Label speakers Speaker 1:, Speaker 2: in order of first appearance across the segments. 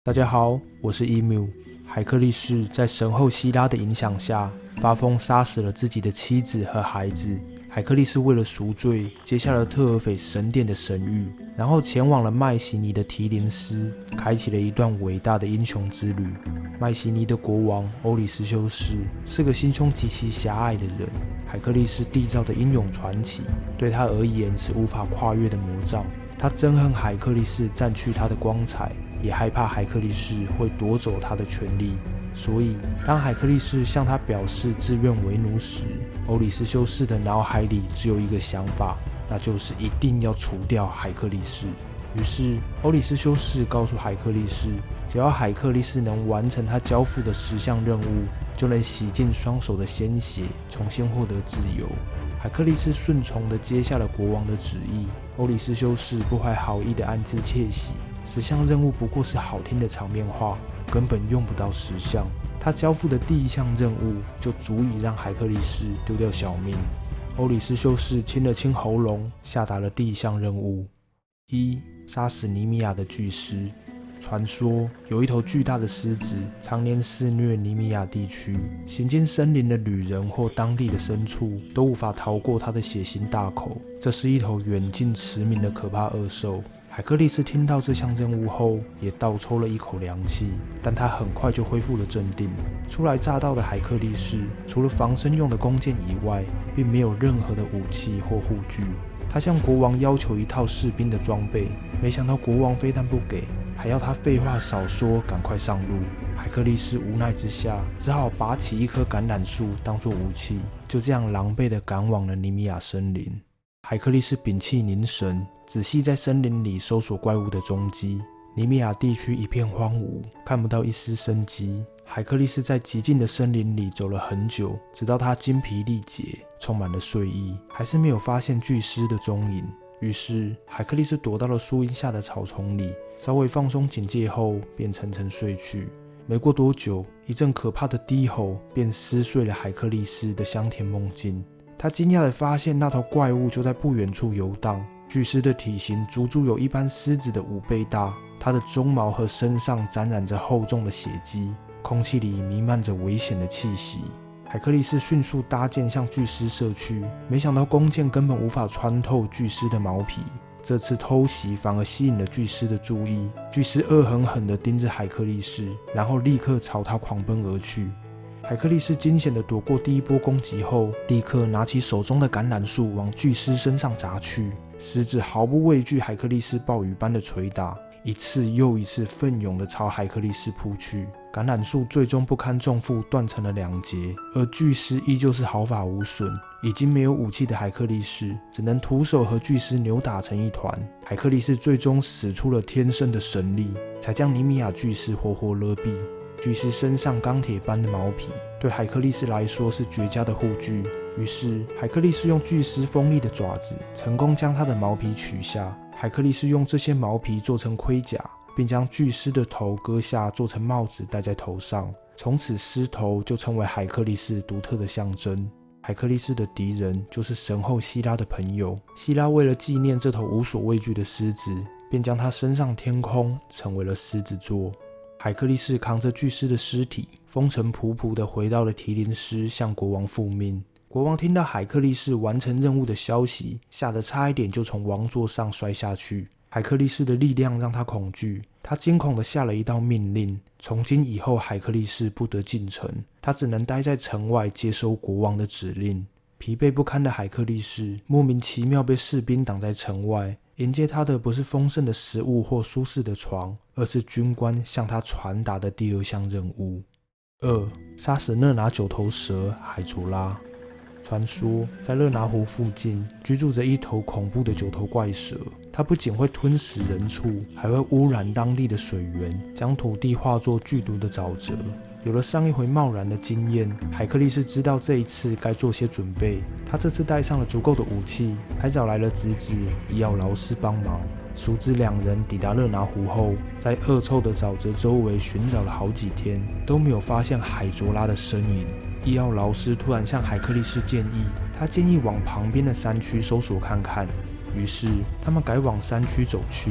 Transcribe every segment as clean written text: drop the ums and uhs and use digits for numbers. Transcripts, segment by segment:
Speaker 1: 大家好，我是 Emu。海克力士在神后希拉的影响下，发疯杀死了自己的妻子和孩子。海克力士为了赎罪，接下了特尔斐神殿的神谕，然后前往了麦西尼的提林斯，开启了一段伟大的英雄之旅。麦西尼的国王欧里斯修斯是个心胸极其狭隘的人，海克力士缔造的英勇传奇对他而言是无法跨越的魔障。他憎恨海克力士占据他的光彩，也害怕海克力士会夺走他的权利。所以当海克力士向他表示自愿为奴时，欧里斯修斯的脑海里只有一个想法，那就是一定要除掉海克力士。于是欧里斯修斯告诉海克力士，只要海克力士能完成他交付的10项任务，就能洗尽双手的鲜血，重新获得自由。海克力士顺从地接下了国王的旨意。欧里斯修斯不怀好意地暗自窃喜，10项任务不过是好听的场面话，根本用不到10项。他交付的第1项任务就足以让海克力士丢掉小命。欧里斯修斯清了清喉咙，下达了第1项任务：1. 杀死尼米亚的巨狮。传说有一头巨大的狮子常年肆虐尼米亚地区，行经森林的旅人或当地的牲畜都无法逃过它的血腥大口。这是一头远近驰名的可怕恶兽。海克力士听到这项任务后，也倒抽了一口凉气，但他很快就恢复了镇定。初来乍到的海克力士，除了防身用的弓箭以外，并没有任何的武器或护具。他向国王要求一套士兵的装备，没想到国王非但不给，还要他废话少说，赶快上路。海克力士无奈之下，只好拔起一棵橄榄树当作武器，就这样狼狈地赶往了尼米亚森林。海克力士屏气凝神，仔细在森林里搜索怪物的踪迹。尼米亚地区一片荒芜，看不到一丝生机。海克力士在寂静的森林里走了很久，直到他精疲力竭，充满了睡意，还是没有发现巨狮的踪影。于是海克力士躲到了树荫下的草丛里，稍微放松警戒后便沉沉睡去。没过多久，一阵可怕的低吼便撕碎了海克力士的香甜梦境。他惊讶地发现那头怪物就在不远处游荡，巨狮的体型足足有一般狮子的5倍大，它的鬃毛和身上沾染着厚重的血迹，空气里弥漫着危险的气息。海克力士迅速搭箭向巨狮射去，没想到弓箭根本无法穿透巨狮的毛皮。这次偷袭反而吸引了巨狮的注意，巨狮恶狠狠地盯着海克力士，然后立刻朝他狂奔而去。海克力士惊险地躲过第一波攻击后，立刻拿起手中的橄榄树往巨狮身上砸去。狮子毫不畏惧海克力士暴雨般的捶打，一次又一次奋勇地朝海克力士扑去。橄榄树最终不堪重负，断成了2截，而巨狮依旧是毫发无损。已经没有武器的海克力士只能徒手和巨狮扭打成一团。海克力士最终使出了天生的神力，才将尼米亚巨狮活活勒毙。巨狮身上钢铁般的毛皮对海克力士来说是绝佳的护具，于是海克力士用巨狮锋利的爪子成功将它的毛皮取下。海克力士用这些毛皮做成盔甲，并将巨狮的头割下做成帽子戴在头上，从此狮头就成为海克力士独特的象征。海克力士的敌人就是神后希拉的朋友。希拉为了纪念这头无所畏惧的狮子，便将它升上天空，成为了狮子座。海克力士扛着巨狮的尸体，风尘仆仆地回到了提林斯，向国王复命。国王听到海克力士完成任务的消息，吓得差一点就从王座上摔下去。海克力士的力量让他恐惧，他惊恐地下了一道命令：从今以后，海克力士不得进城，他只能待在城外接收国王的指令。疲惫不堪的海克力士莫名其妙被士兵挡在城外，迎接他的不是丰盛的食物或舒适的床，而是军官向他传达的第2项任务：2. 杀死勒拿9头蛇海卓拉。传说在勒拿湖附近居住着一头恐怖的9头怪蛇，它不仅会吞食人畜，还会污染当地的水源，将土地化作剧毒的沼泽。有了上一回贸然的经验，海克力士知道这一次该做些准备。他这次带上了足够的武器，还找来了侄子伊奥劳斯帮忙。叔侄2人抵达勒拿湖后，在恶臭的沼泽周围寻找了好几天，都没有发现海卓拉的身影。伊奥劳斯突然向海克力士建议，他建议往旁边的山区搜索看看。于是他们改往山区走去。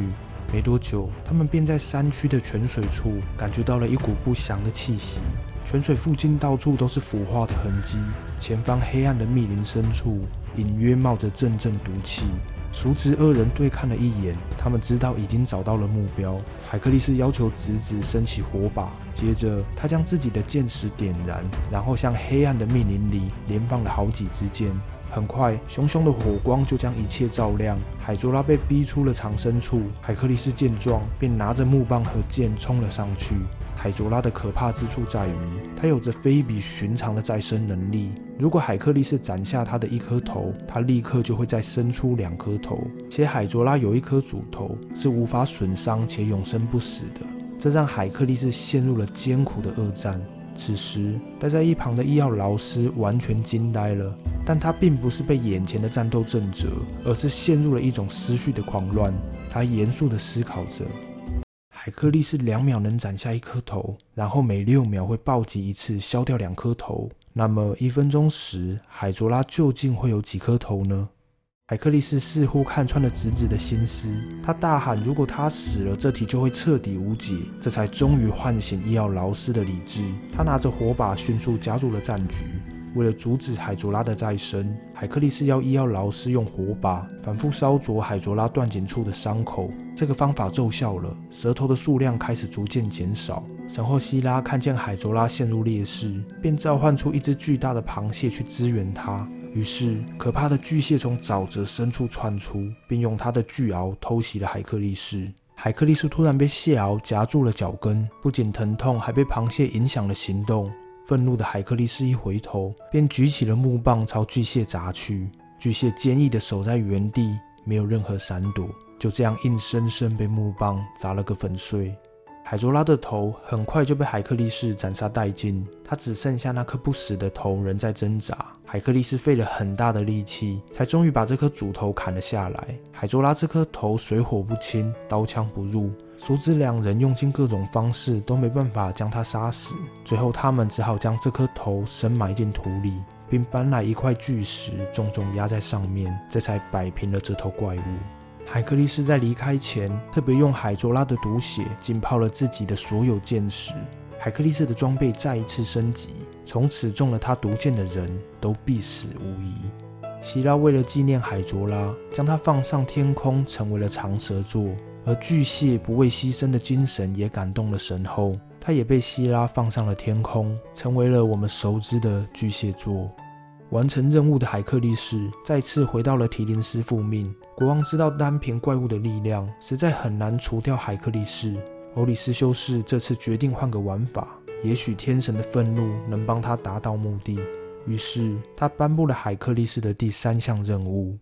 Speaker 1: 没多久，他们便在山区的泉水处感觉到了一股不祥的气息。泉水附近到处都是腐化的痕迹，前方黑暗的密林深处隐约冒着阵阵毒气。叔侄二人对看了一眼，他们知道已经找到了目标。海克力士要求侄子升起火把，接着他将自己的剑矢点燃，然后向黑暗的密林里连放了好几支箭。很快，熊熊的火光就将一切照亮。海卓拉被逼出了藏身处，海克力士见状，便拿着木棒和剑冲了上去。海卓拉的可怕之处在于，他有着非比寻常的再生能力。如果海克力士斩下他的一颗头，他立刻就会再生出2颗头，且海卓拉有一颗主头是无法损伤且永生不死的，这让海克力士陷入了艰苦的恶战。此时，待在一旁的伊奥劳斯完全惊呆了，但他并不是被眼前的战斗震折，而是陷入了一种思绪的狂乱。他严肃地思考着。海克力士2秒能斩下1颗头，然后每6秒会暴击一次，削掉2颗头。那么1分钟时，海卓拉究竟会有几颗头呢？海克力士似乎看穿了侄子的心思，他大喊：“如果他死了，这题就会彻底无解。”这才终于唤醒伊奥劳斯的理智。他拿着火把，迅速加入了战局。为了阻止海卓拉的再生，海克力士要伊奥劳斯用火把反复烧灼海卓拉断颈处的伤口。这个方法奏效了，舌头的数量开始逐渐减少。神后希拉看见海卓拉陷入劣势，便召唤出一只巨大的螃蟹去支援他。于是，可怕的巨蟹从沼泽深处窜出，并用它的巨螯偷袭了海克力士。海克力士突然被蟹螯夹住了脚跟，不仅疼痛，还被螃蟹影响了行动。愤怒的海克力士一回头，便举起了木棒朝巨蟹砸去。巨蟹坚毅地守在原地，没有任何闪躲，就这样硬生生被木棒砸了个粉碎。海卓拉的头很快就被海克力士斩杀殆尽，他只剩下那颗不死的头仍在挣扎。海克力士费了很大的力气，才终于把这颗主头砍了下来。海卓拉这颗头水火不侵，刀枪不入，叔侄2人用尽各种方式都没办法将他杀死。最后，他们只好将这颗头深埋进土里，并搬来一块巨石，重重压在上面，这才摆平了这头怪物。海克力士在离开前，特别用海卓拉的毒血浸泡了自己的所有剑矢。海克力士的装备再一次升级，从此中了他毒箭的人都必死无疑。希拉为了纪念海卓拉，将他放上天空，成为了长蛇座。而巨蟹不畏牺牲的精神也感动了神后，他也被希拉放上了天空，成为了我们熟知的巨蟹座。完成任务的海克力士再次回到了提林斯复命。国王知道单凭怪物的力量实在很难除掉海克力士。欧里斯修士这次决定换个玩法，也许天神的愤怒能帮他达到目的。于是他颁布了海克力士的第3项任务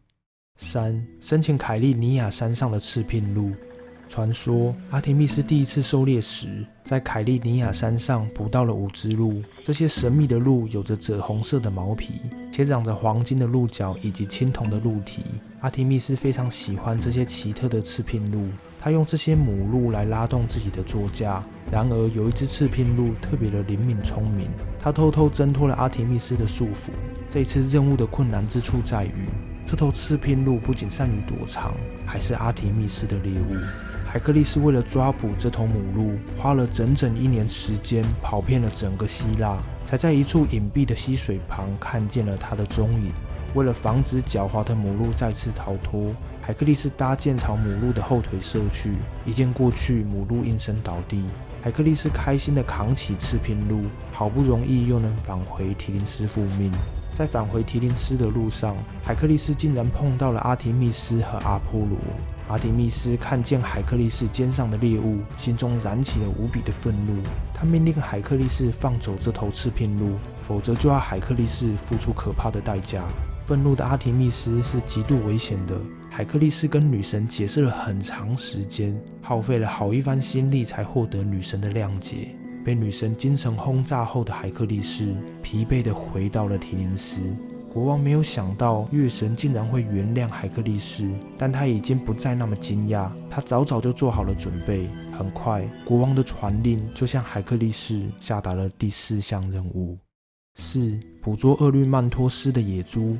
Speaker 1: ：3. 申请凯利尼亚山上的赤聘鹿。传说阿提密斯第一次狩猎时，在凯利尼亚山上捕到了5只鹿。这些神秘的鹿有着赭红色的毛皮，且长着黄金的鹿角以及青铜的鹿蹄。阿提密斯非常喜欢这些奇特的赤聘鹿，他用这些母鹿来拉动自己的座驾。然而有一只赤聘鹿特别的灵敏聪明，它偷偷挣脱了阿提密斯的束缚。这一次任务的困难之处在于，这头赤聘鹿不仅善于躲藏，还是阿提密斯的猎物。海克力士为了抓捕这头母鹿，花了整整1年时间，跑遍了整个希腊，才在一处隐蔽的溪水旁看见了它的踪影。为了防止狡猾的母鹿再次逃脱，海克力士搭箭朝母鹿的后腿射去，一箭过去，母鹿应声倒地。海克力士开心地扛起赤聘鹿，好不容易又能返回提林斯复命。在返回提林斯的路上，海克力士竟然碰到了阿提密斯和阿波罗。阿提密斯看见海克力士肩上的猎物，心中燃起了无比的愤怒。他命令海克力士放走这头赤聘鹿，否则就要海克力士付出可怕的代价。愤怒的阿提密斯是极度危险的，海克力士跟女神解释了很长时间，耗费了好一番心力才获得女神的谅解。被女神精神轰炸后的海克力士疲惫地回到了提林斯。国王没有想到月神竟然会原谅海克力士，但他已经不再那么惊讶，他早就做好了准备。很快，国王的传令就向海克力士下达了第4项任务：4. 捕捉厄律曼托斯的野猪。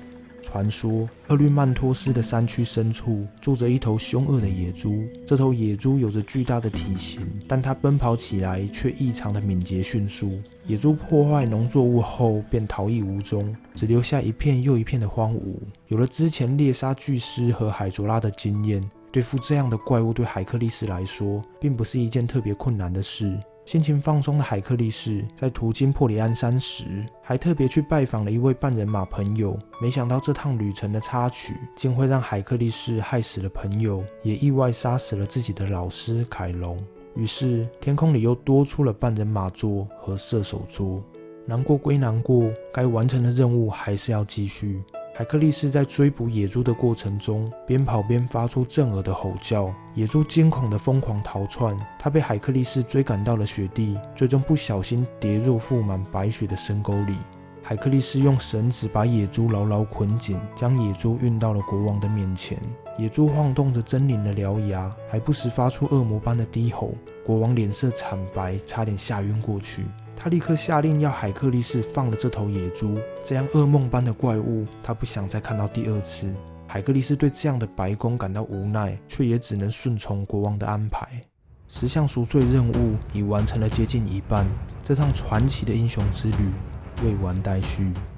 Speaker 1: 传说厄律曼托斯的山区深处住着一头凶恶的野猪，这头野猪有着巨大的体型，但它奔跑起来却异常的敏捷迅速。野猪破坏农作物后便逃逸无踪，只留下一片又一片的荒芜。有了之前猎杀巨狮和海卓拉的经验，对付这样的怪物对海克力士来说并不是一件特别困难的事。心情放松的海克力士在途经珀里安山时，还特别去拜访了一位半人马朋友。没想到这趟旅程的插曲竟会让海克力士害死了朋友，也意外杀死了自己的老师凯龙。于是天空里又多出了半人马座和射手座。难过归难过，该完成的任务还是要继续。海克力士在追捕野猪的过程中，边跑边发出震耳的吼叫，野猪惊恐地疯狂逃窜，他被海克力士追赶到了雪地，最终不小心跌入覆满白雪的深沟里。海克力士用绳子把野猪牢牢捆紧，将野猪运到了国王的面前。野猪晃动着狰狞的獠牙，还不时发出恶魔般的低吼。国王脸色惨白，差点吓晕过去。他立刻下令要海克力士放了这头野猪，这样噩梦般的怪物他不想再看到第二次。海克力士对这样的白宫感到无奈，却也只能顺从国王的安排。10项赎罪任务已完成了接近一半，这趟传奇的英雄之旅未完待续。